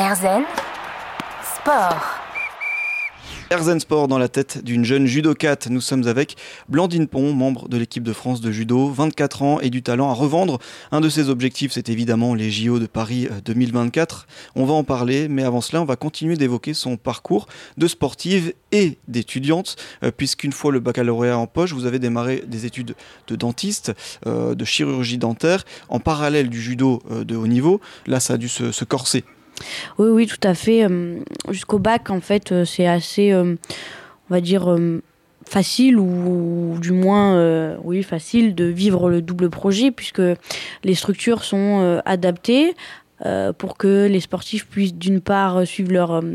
RZN Sport. RZN Sport dans la tête d'une jeune judokate. Nous sommes avec Blandine Pont, membre de l'équipe de France de judo, 24 ans et du talent à revendre. Un de ses objectifs, c'est évidemment les JO de Paris 2024. On va en parler, mais avant cela, on va continuer d'évoquer son parcours de sportive et d'étudiante, puisqu'une fois le baccalauréat en poche, vous avez démarré des études de dentiste, de chirurgie dentaire, en parallèle du judo de haut niveau. Là, ça a dû se corser. Oui, tout à fait. Jusqu'au bac, en fait, c'est assez, on va dire, facile ou du moins, facile de vivre le double projet puisque les structures sont adaptées pour que les sportifs puissent d'une part suivre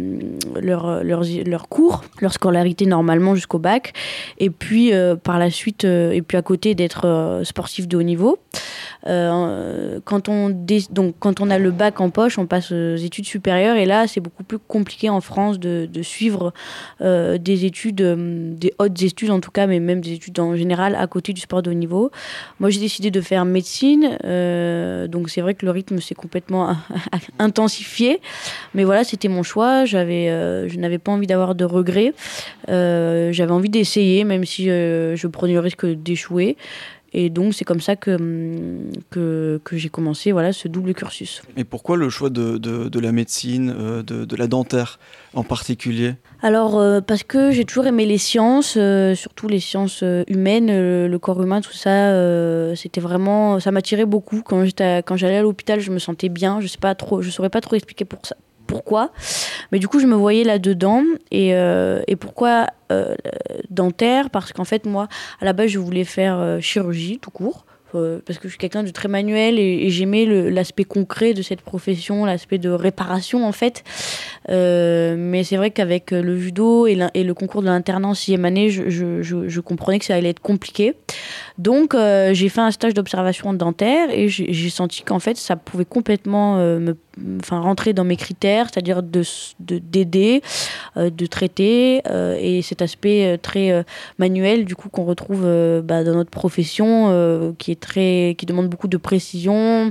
leurs cours, leur scolarité normalement jusqu'au bac, et puis par la suite, et puis à côté d'être sportif de haut niveau. Quand on a le bac en poche, on passe aux études supérieures et là c'est beaucoup plus compliqué en France de suivre des études, des hautes études en tout cas, mais même des études en général à côté du sport de haut niveau. Moi j'ai décidé de faire médecine, donc c'est vrai que le rythme s'est complètement intensifié, mais voilà, c'était mon choix. Je n'avais pas envie d'avoir de regrets, j'avais envie d'essayer même si je prenais le risque d'échouer. Et donc, c'est comme ça que j'ai commencé ce double cursus. Et pourquoi le choix de la médecine, de la dentaire en particulier ? Alors, parce que j'ai toujours aimé les sciences, surtout les sciences humaines, le corps humain, tout ça, c'était vraiment, ça m'attirait beaucoup. Quand j'allais à l'hôpital, je me sentais bien. Je saurais pas trop expliquer pourquoi, mais du coup je me voyais là-dedans et pourquoi dentaire, parce qu'en fait moi à la base je voulais faire chirurgie tout court, parce que je suis quelqu'un de très manuel et j'aimais l'aspect concret de cette profession, l'aspect de réparation en fait, mais c'est vrai qu'avec le judo et le concours de l'internat en 6e année, je comprenais que ça allait être compliqué, donc j'ai fait un stage d'observation dentaire et j'ai senti qu'en fait ça pouvait complètement rentrer dans mes critères, c'est-à-dire d'aider, de traiter, et cet aspect très manuel du coup qu'on retrouve dans notre profession, qui demande beaucoup de précision,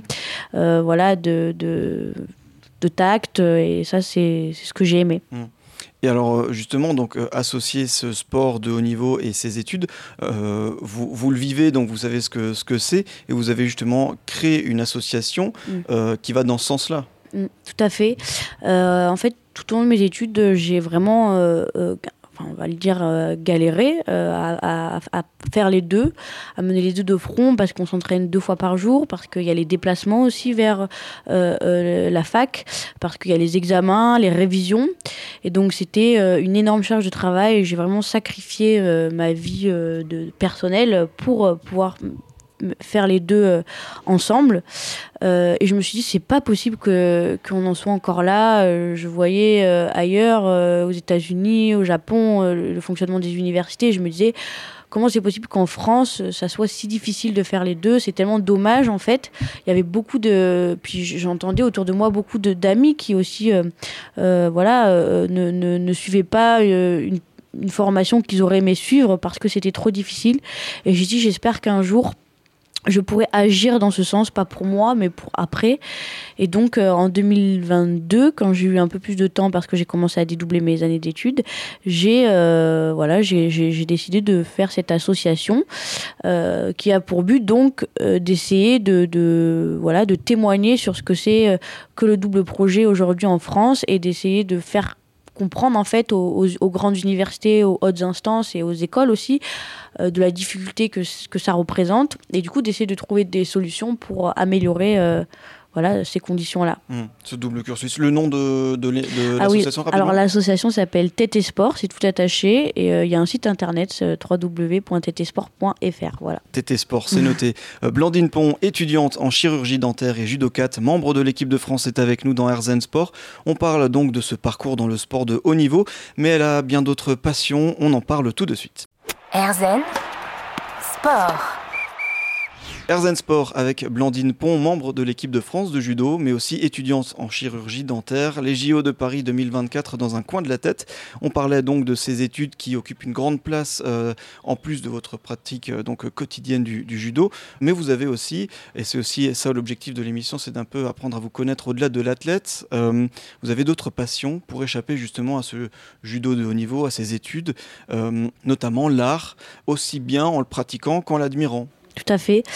de tact, et ça c'est ce que j'ai aimé. Et alors justement, donc associer ce sport de haut niveau et ces études, vous le vivez, donc vous savez ce que c'est, et vous avez justement créé une association qui va dans ce sens-là. Tout à fait. En fait, tout au long de mes études, j'ai vraiment, on va le dire, galéré à faire les deux, à mener les deux de front, parce qu'on s'entraîne 2 fois par jour, parce qu'il y a les déplacements aussi vers la fac, parce qu'il y a les examens, les révisions. Et donc, c'était une énorme charge de travail. Et j'ai vraiment sacrifié ma vie personnelle pour pouvoir faire les deux ensemble, et je me suis dit c'est pas possible qu'on en soit encore là. Je voyais ailleurs, aux États-Unis, au Japon, le fonctionnement des universités, et je me disais comment c'est possible qu'en France ça soit si difficile de faire les deux, c'est tellement dommage en fait. Il y avait puis j'entendais autour de moi beaucoup d'amis qui aussi ne suivaient pas une formation qu'ils auraient aimé suivre parce que c'était trop difficile, et j'ai dit j'espère qu'un jour je pourrais agir dans ce sens, pas pour moi, mais pour après. Et donc, en 2022, quand j'ai eu un peu plus de temps, parce que j'ai commencé à dédoubler mes années d'études, j'ai décidé de faire cette association qui a pour but donc d'essayer de témoigner sur ce que c'est que le double projet aujourd'hui en France, et d'essayer de faire comprendre en fait aux grandes universités, aux hautes instances et aux écoles aussi, de la difficulté que ça représente, et du coup d'essayer de trouver des solutions pour améliorer ces conditions-là. Ce double cursus. Le nom de l'association, rapidement ? Alors l'association s'appelle TT Sport, c'est tout attaché, et il y a un site internet, www.ttsport.fr. Voilà. TT Sport, c'est noté. Blandine Pont, étudiante en chirurgie dentaire et judokate, membre de l'équipe de France, est avec nous dans RZN Sport. On parle donc de ce parcours dans le sport de haut niveau, mais elle a bien d'autres passions, on en parle tout de suite. RZN Sport. Erzen Sport avec Blandine Pont, membre de l'équipe de France de judo, mais aussi étudiante en chirurgie dentaire. Les JO de Paris 2024 dans un coin de la tête. On parlait donc de ces études qui occupent une grande place en plus de votre pratique donc quotidienne du judo. Mais vous avez aussi, et c'est aussi ça l'objectif de l'émission, c'est d'un peu apprendre à vous connaître au-delà de l'athlète. Vous avez d'autres passions pour échapper justement à ce judo de haut niveau, à ces études, notamment l'art, aussi bien en le pratiquant qu'en l'admirant. Tout à fait.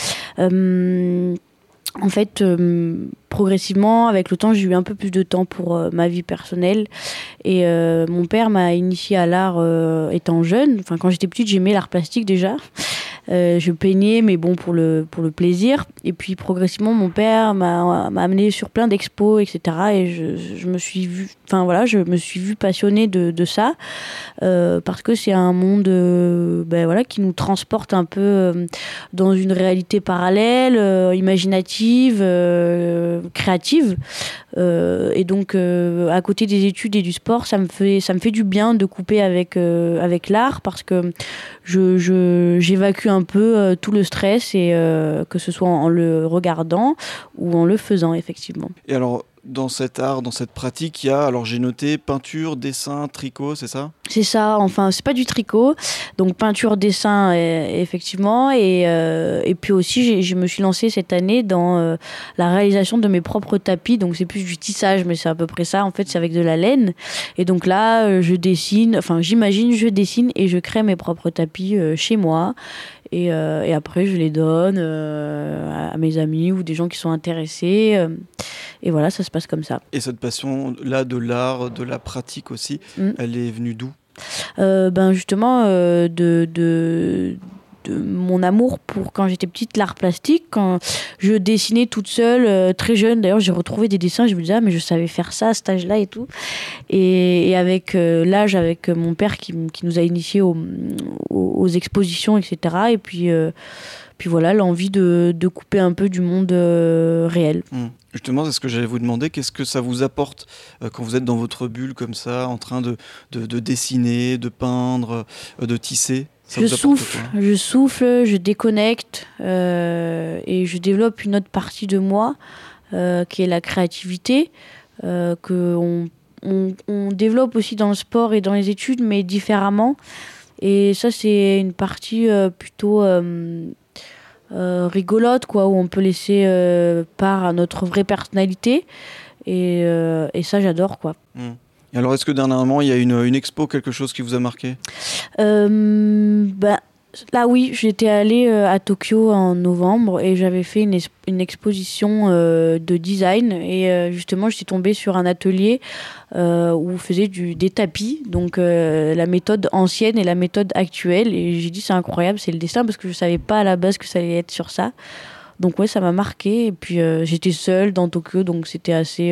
En fait, progressivement, avec le temps, j'ai eu un peu plus de temps pour ma vie personnelle. Et mon père m'a initiée à l'art étant jeune. Enfin, quand j'étais petite, j'aimais l'art plastique déjà. Je peignais, mais bon, pour le plaisir. Et puis, progressivement, mon père m'a amené sur plein d'expos, etc. Et je me suis vue passionnée de ça. Parce que c'est un monde qui nous transporte un peu dans une réalité parallèle, imaginative, créative. Et donc, à côté des études et du sport, ça me fait du bien de couper avec l'art, parce que j'évacue un peu tout le stress, et que ce soit en le regardant ou en le faisant, effectivement. Et alors, dans cet art, dans cette pratique, il y a, alors j'ai noté, peinture, dessin, tricot, c'est ça ? C'est ça, enfin, c'est pas du tricot, donc peinture, dessin, effectivement, et puis aussi, je me suis lancée cette année dans la réalisation de mes propres tapis, donc c'est plus du tissage, mais c'est à peu près ça, en fait, c'est avec de la laine, et donc là, je dessine et je crée mes propres tapis chez moi, et après, je les donne à mes amis ou des gens qui sont intéressés, et voilà, ça se passe comme ça. Et cette passion-là de l'art, de la pratique aussi, elle est venue d'où ? Justement, de mon amour pour, quand j'étais petite, l'art plastique. Quand je dessinais toute seule, très jeune, d'ailleurs, j'ai retrouvé des dessins, je me disais, mais je savais faire ça à cet âge-là et tout. Et avec l'âge, avec mon père qui nous a initiés aux expositions, etc. Et puis voilà, l'envie de couper un peu du monde réel. Justement, c'est ce que j'allais vous demander. Qu'est-ce que ça vous apporte quand vous êtes dans votre bulle comme ça, en train de dessiner, de peindre, de tisser ? Je souffle, je déconnecte et je développe une autre partie de moi qui est la créativité, qu'on développe aussi dans le sport et dans les études, mais différemment. Et ça, c'est une partie plutôt rigolote, quoi, où on peut laisser part à notre vraie personnalité. Et ça, j'adore, quoi. Et alors, est-ce que dernièrement, il y a une expo, quelque chose qui vous a marqué ? Là, oui, j'étais allée à Tokyo en novembre et j'avais fait une exposition de design. Et justement, je suis tombée sur un atelier où on faisait des tapis, donc la méthode ancienne et la méthode actuelle. Et j'ai dit, c'est incroyable, c'est le dessin, parce que je ne savais pas à la base que ça allait être sur ça. Donc ouais, ça m'a marqué. Et puis j'étais seule dans Tokyo, donc c'était assez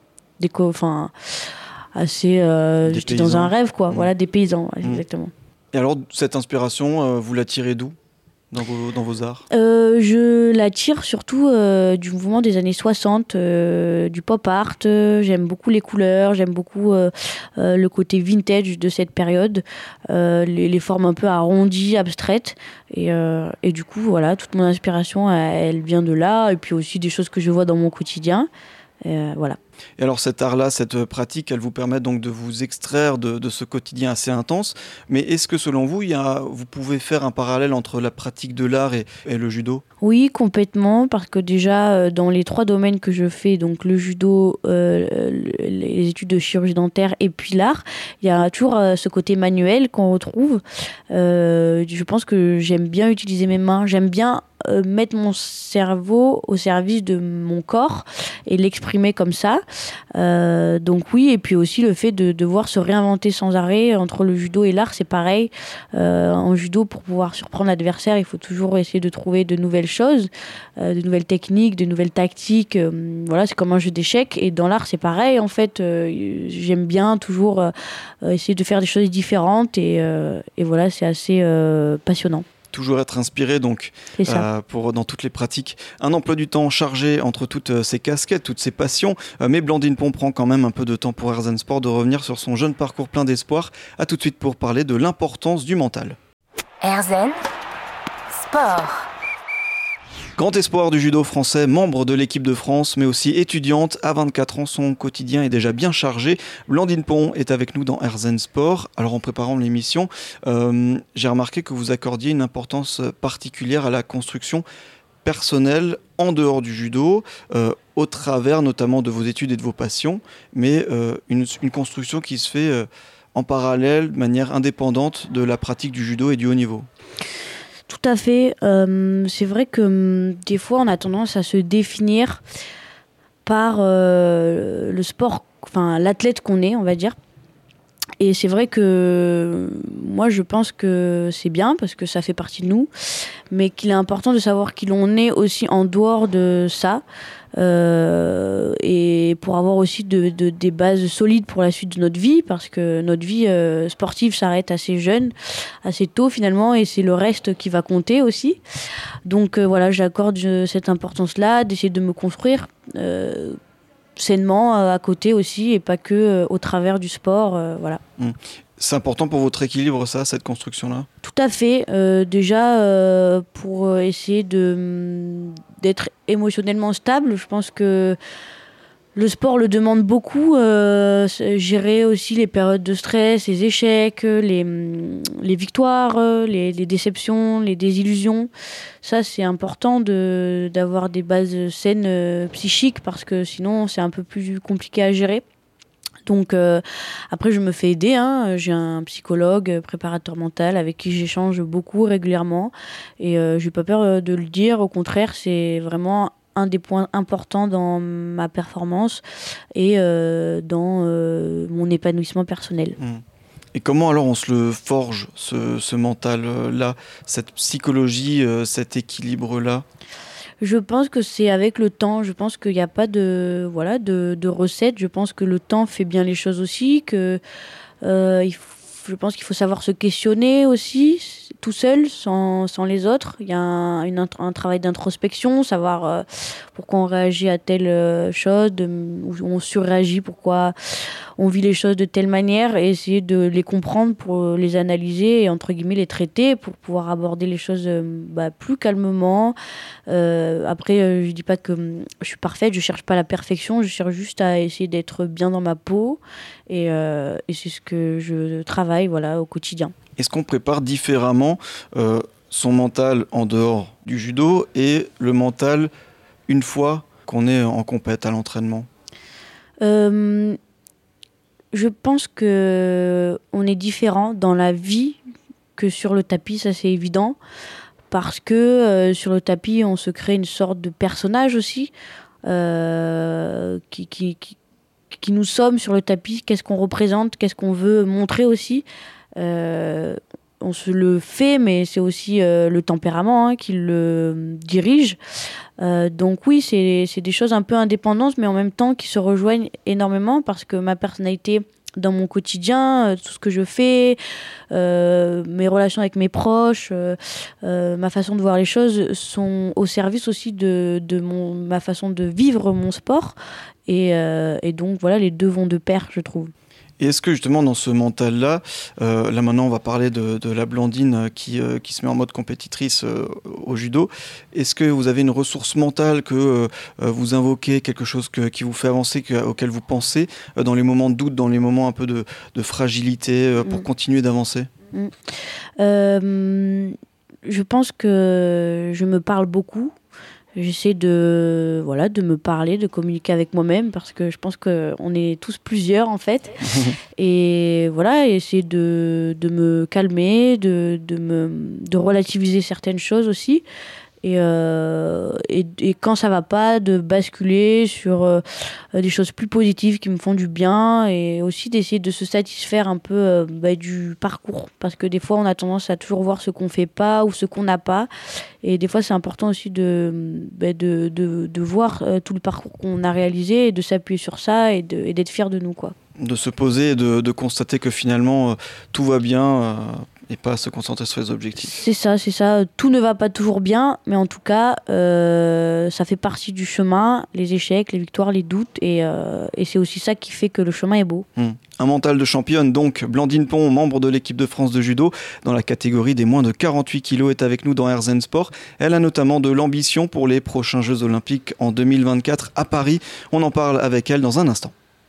j'étais dans un rêve, quoi. Voilà, des paysans, exactement. Et alors, cette inspiration, vous la tirez d'où dans vos arts ? Je la tire surtout du mouvement des années 60, du pop art. J'aime beaucoup les couleurs, j'aime beaucoup le côté vintage de cette période, les formes un peu arrondies, abstraites. Et du coup, voilà, toute mon inspiration, elle vient de là. Et puis aussi des choses que je vois dans mon quotidien. Voilà. Et alors cet art-là, cette pratique, elle vous permet donc de vous extraire de ce quotidien assez intense. Mais est-ce que selon vous, vous pouvez faire un parallèle entre la pratique de l'art et le judo ? Oui, complètement, parce que déjà, dans les 3 domaines que je fais, donc le judo, les études de chirurgie dentaire et puis l'art, il y a toujours ce côté manuel qu'on retrouve. Je pense que j'aime bien utiliser mes mains, j'aime bien mettre mon cerveau au service de mon corps et l'exprimer comme ça. Donc oui, et puis aussi le fait de devoir se réinventer sans arrêt entre le judo et l'art, c'est pareil. En judo, pour pouvoir surprendre l'adversaire, il faut toujours essayer de trouver de nouvelles choses, de nouvelles techniques, de nouvelles tactiques. Voilà, c'est comme un jeu d'échecs. Et dans l'art, c'est pareil. En fait, j'aime bien toujours essayer de faire des choses différentes. Et voilà, c'est assez passionnant. Toujours être inspiré donc dans toutes les pratiques. Un emploi du temps chargé entre toutes ces casquettes, toutes ces passions. Mais Blandine Pont prend quand même un peu de temps pour Erzen Sport de revenir sur son jeune parcours plein d'espoir. A tout de suite pour parler de l'importance du mental. Erzen Sport. Grand espoir du judo français, membre de l'équipe de France, mais aussi étudiante. À 24 ans, son quotidien est déjà bien chargé. Blandine Pont est avec nous dans RZN Sport. Alors en préparant l'émission, j'ai remarqué que vous accordiez une importance particulière à la construction personnelle en dehors du judo, au travers notamment de vos études et de vos passions, mais une construction qui se fait en parallèle, de manière indépendante de la pratique du judo et du haut niveau. Tout à fait. C'est vrai que des fois, on a tendance à se définir par le sport, enfin l'athlète qu'on est, on va dire. Et c'est vrai que moi, je pense que c'est bien parce que ça fait partie de nous, mais qu'il est important de savoir qui l'on est aussi en dehors de ça. Et pour avoir aussi des bases solides pour la suite de notre vie, parce que notre vie sportive s'arrête assez jeune, assez tôt finalement, et c'est le reste qui va compter aussi. Donc voilà, j'accorde cette importance-là, d'essayer de me construire sainement à côté aussi, et pas que au travers du sport, voilà. C'est important pour votre équilibre, ça, cette construction-là ? Tout à fait. Déjà, pour essayer d'être émotionnellement stable, je pense que le sport le demande beaucoup. Gérer aussi les périodes de stress, les échecs, les victoires, les déceptions, les désillusions. Ça, c'est important d'avoir des bases saines psychiques, parce que sinon, c'est un peu plus compliqué à gérer. Donc après, je me fais aider, hein. J'ai un psychologue, préparateur mental avec qui j'échange beaucoup régulièrement, et j'ai pas peur de le dire. Au contraire, c'est vraiment un des points importants dans ma performance et dans mon épanouissement personnel. Et comment alors on se le forge, ce mental-là, cette psychologie, cet équilibre-là ? Je pense que c'est avec le temps. Je pense qu'il n'y a pas de recette. Je pense que le temps fait bien les choses aussi. Je pense qu'il faut savoir se questionner aussi, tout seul, sans les autres. Il y a un travail d'introspection, savoir pourquoi on réagit à telle chose, où on surréagit, pourquoi on vit les choses de telle manière, et essayer de les comprendre pour les analyser et entre guillemets les traiter pour pouvoir aborder les choses plus calmement. Après, je dis pas que je suis parfaite, je cherche pas la perfection, je cherche juste à essayer d'être bien dans ma peau, et c'est ce que je travaille au quotidien. Est-ce qu'on prépare différemment son mental en dehors du judo et le mental une fois qu'on est en compète, à l'entraînement ? Je pense qu'on est différent dans la vie que sur le tapis, ça c'est évident, parce que sur le tapis, on se crée une sorte de personnage aussi, qui nous sommes sur le tapis, qu'est-ce qu'on représente, qu'est-ce qu'on veut montrer aussi. On se le fait, mais c'est aussi le tempérament qui le dirige. Donc oui, c'est des choses un peu indépendantes, mais en même temps qui se rejoignent énormément, parce que ma personnalité dans mon quotidien, tout ce que je fais, mes relations avec mes proches, ma façon de voir les choses sont au service aussi de ma façon de vivre mon sport. Et donc voilà, les deux vont de pair, je trouve. Et est-ce que justement dans ce mental-là, là maintenant on va parler de la Blandine qui se met en mode compétitrice au judo, est-ce que vous avez une ressource mentale que vous invoquez, quelque chose qui vous fait avancer, auquel vous pensez dans les moments de doute, dans les moments un peu de fragilité pour continuer d'avancer ? Je pense que je me parle beaucoup. J'essaie de me parler, de communiquer avec moi-même, parce que je pense qu'on est tous plusieurs en fait. Et voilà, essayer de me calmer, de relativiser certaines choses aussi. Et quand ça va pas, de basculer sur des choses plus positives qui me font du bien, et aussi d'essayer de se satisfaire un peu du parcours, parce que des fois on a tendance à toujours voir ce qu'on fait pas ou ce qu'on n'a pas, et des fois c'est important aussi de voir tout le parcours qu'on a réalisé, et de s'appuyer sur ça, et d'être fier de nous, quoi. De se poser et de constater que finalement tout va bien. et pas se concentrer sur les objectifs. C'est ça. Tout ne va pas toujours bien, mais en tout cas, ça fait partie du chemin, les échecs, les victoires, les doutes, et c'est aussi ça qui fait que le chemin est beau. Un mental de championne donc. Blandine Pont, membre de l'équipe de France de judo dans la catégorie des moins de 48 kg, est avec nous dans RZN Sport. Elle a notamment de l'ambition pour les prochains Jeux Olympiques en 2024 à Paris. On en parle avec elle dans un instant.